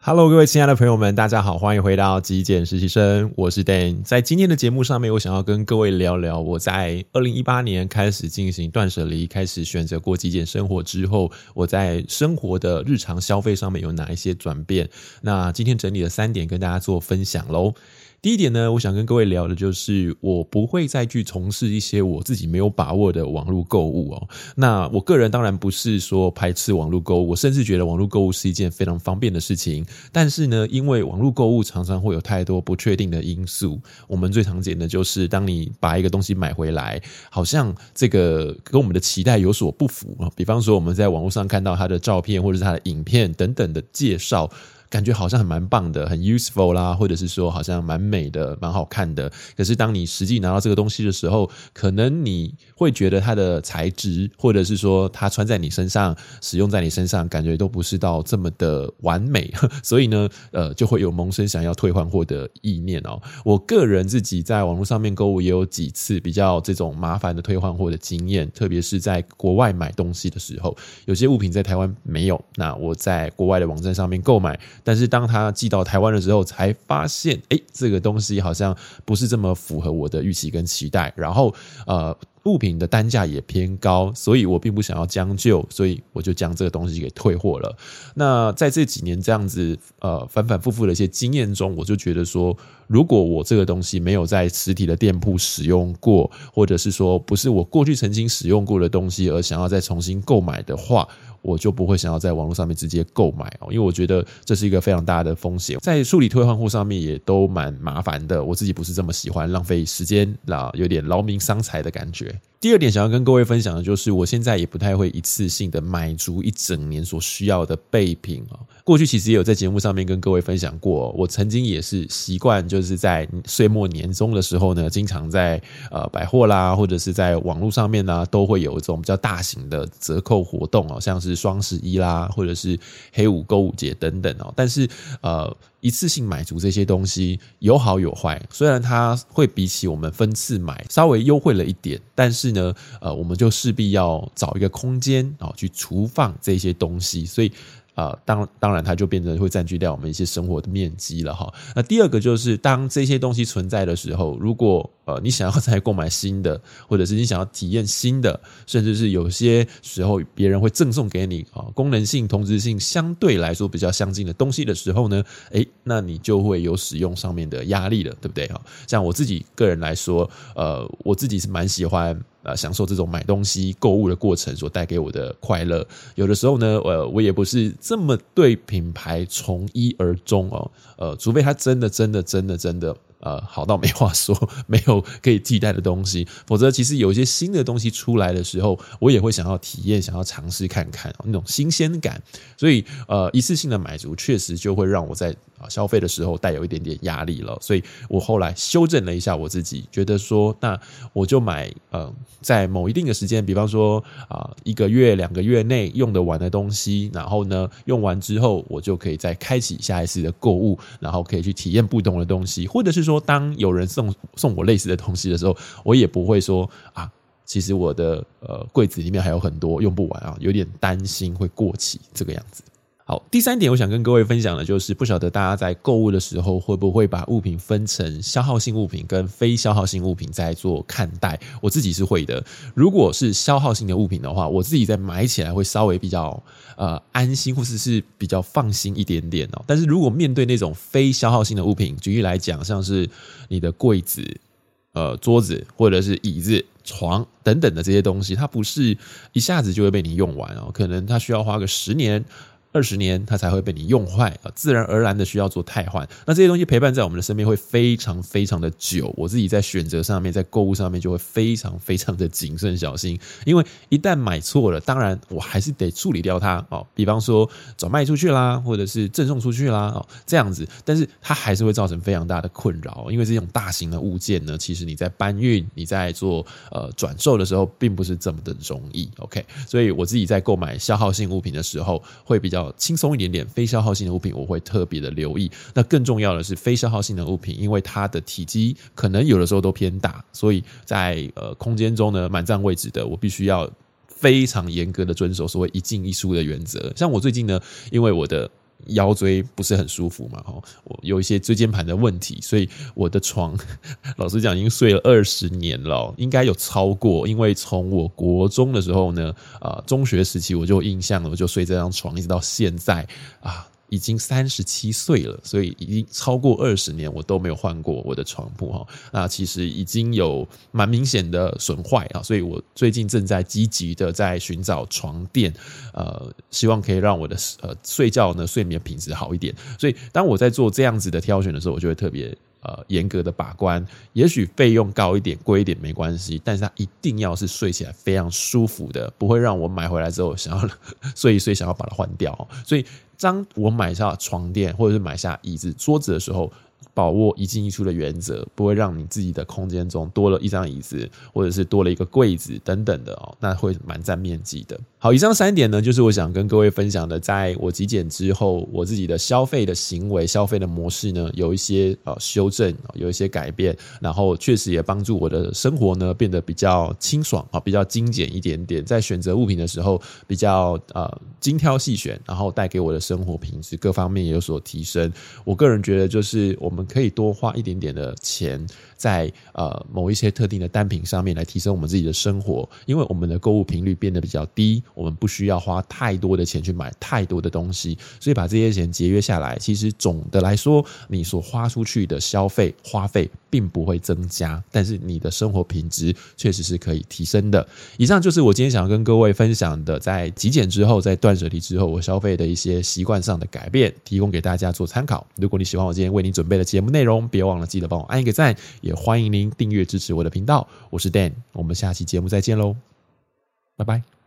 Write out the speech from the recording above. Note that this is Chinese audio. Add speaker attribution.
Speaker 1: Hello， 各位亲爱的朋友们，大家好，欢迎回到极简实习生，我是 Dan。在今天的节目上面，我想要跟各位聊聊我在2018年开始进行断舍离，开始选择过极简生活之后，我在生活的日常消费上面有哪一些转变。那今天整理了3点跟大家做分享咯。第一点呢，我想跟各位聊的就是我不会再去从事一些我自己没有把握的网络购物哦。那我个人当然不是说排斥网络购物，我甚至觉得网络购物是一件非常方便的事情。但是呢，因为网络购物常常会有太多不确定的因素，我们最常见的就是当你把一个东西买回来，好像这个跟我们的期待有所不符。比方说我们在网络上看到它的照片或者是它的影片等等的介绍，感觉好像很蛮棒的，很 useful 啦，或者是说好像蛮美的，蛮好看的。可是当你实际拿到这个东西的时候，可能你会觉得它的材质，或者是说它穿在你身上，使用在你身上，感觉都不是到这么的完美。所以呢，就会有萌生想要退换货的意念哦。我个人自己在网络上面购物也有几次比较这种麻烦的退换货的经验，特别是在国外买东西的时候，有些物品在台湾没有，那我在国外的网站上面购买。但是当他寄到台湾的时候，才发现，这个东西好像不是这么符合我的预期跟期待，然后物品的单价也偏高，所以我并不想要将就，所以我就将这个东西给退货了。那在这几年这样子反反复复的一些经验中，我就觉得说，如果我这个东西没有在实体的店铺使用过，或者是说不是我过去曾经使用过的东西，而想要再重新购买的话，我就不会想要在网络上面直接购买，因为我觉得这是一个非常大的风险，在处理退换货上面也都蛮麻烦的，我自己不是这么喜欢浪费时间啦，有点劳民伤财的感觉。第二点想要跟各位分享的就是，我现在也不太会一次性的买足一整年所需要的备品。过去其实也有在节目上面跟各位分享过，我曾经也是习惯就是在岁末年终的时候呢，经常在百货啦，或者是在网络上面呢，都会有一种比较大型的折扣活动，像是双11啦，或者是黑五购物节等等。但是一次性买足这些东西有好有坏，虽然它会比起我们分次买稍微优惠了一点，但是呢我们就势必要找一个空间去储放这些东西，所以当然它就变成会占据掉我们一些生活的面积了哈。那第二个就是当这些东西存在的时候，如果你想要再购买新的，或者是你想要体验新的，甚至是有些时候别人会赠送给你功能性同质性相对来说比较相近的东西的时候呢，那你就会有使用上面的压力了，对不对？像我自己个人来说，我自己是蛮喜欢享受这种买东西购物的过程所带给我的快乐。有的时候呢我也不是这么对品牌从一而终除非它真的好到没话说，没有可以替代的东西，否则其实有一些新的东西出来的时候，我也会想要体验，想要尝试看看那种新鲜感。所以一次性的买足确实就会让我在消费的时候带有一点点压力了。所以我后来修正了一下我自己，觉得说那我就买在某一定的时间，比方说1个月2个月内用得完的东西，然后呢用完之后我就可以再开启下一次的购物，然后可以去体验不同的东西，或者是说当有人送我类似的东西的时候，我也不会说其实我的柜子里面还有很多用不完有点担心会过期这个样子。好，第3点我想跟各位分享的就是，不晓得大家在购物的时候会不会把物品分成消耗性物品跟非消耗性物品在做看待。我自己是会的，如果是消耗性的物品的话，我自己在买起来会稍微比较安心，或是比较放心一点点但是如果面对那种非消耗性的物品，举例来讲，像是你的柜子桌子或者是椅子床等等的这些东西，它不是一下子就会被你用完可能它需要花个10年20年它才会被你用坏自然而然的需要做汰换。那这些东西陪伴在我们的身边会非常非常的久，我自己在选择上面，在购物上面就会非常非常的谨慎小心，因为一旦买错了，当然我还是得处理掉它比方说转卖出去啦，或者是赠送出去啦这样子，但是它还是会造成非常大的困扰，因为这种大型的物件呢，其实你在搬运你在做转售的时候并不是这么的容易 OK， 所以我自己在购买消耗性物品的时候会比较轻松一点点，非消耗性的物品我会特别的留意。那更重要的是非消耗性的物品，因为它的体积可能有的时候都偏大，所以在空间中呢满占位置的，我必须要非常严格的遵守所谓一进一出的原则。像我最近呢，因为我的腰椎不是很舒服嘛，我有一些椎间盘的问题，所以我的床老实讲已经睡了20年了，应该有超过，因为从我国中的时候呢，中学时期我就有印象了，我就睡这张床一直到现在啊。已经37岁了，所以已经超过20年我都没有换过我的床铺，那其实已经有蛮明显的损坏，所以我最近正在积极的在寻找床垫，希望可以让我的睡觉呢睡眠品质好一点。所以当我在做这样子的挑选的时候，我就会特别严格的把关，也许费用高一点贵一点没关系，但是它一定要是睡起来非常舒服的，不会让我买回来之后想要睡一睡想要把它换掉。所以当我买下床垫或者是买下椅子桌子的时候，把握一进一出的原则，不会让你自己的空间中多了一张椅子或者是多了一个柜子等等的那会蛮占面积的。好，以上3点呢，就是我想跟各位分享的，在我极简之后，我自己的消费的行为、消费的模式呢，有一些修正，有一些改变，然后确实也帮助我的生活呢变得比较清爽，比较精简一点点，在选择物品的时候比较精挑细选，然后带给我的生活品质各方面也有所提升。我个人觉得就是我们可以多花一点点的钱在某一些特定的单品上面来提升我们自己的生活，因为我们的购物频率变得比较低，我们不需要花太多的钱去买太多的东西，所以把这些钱节约下来，其实总的来说你所花出去的花费并不会增加，但是你的生活品质确实是可以提升的。以上就是我今天想要跟各位分享的，在极简之后，在断舍离之后，我消费的一些习惯上的改变，提供给大家做参考。如果你喜欢我今天为你准备的节目内容，别忘了记得帮我按一个赞，也欢迎您订阅支持我的频道。我是 Dan， 我们下期节目再见喽，拜拜。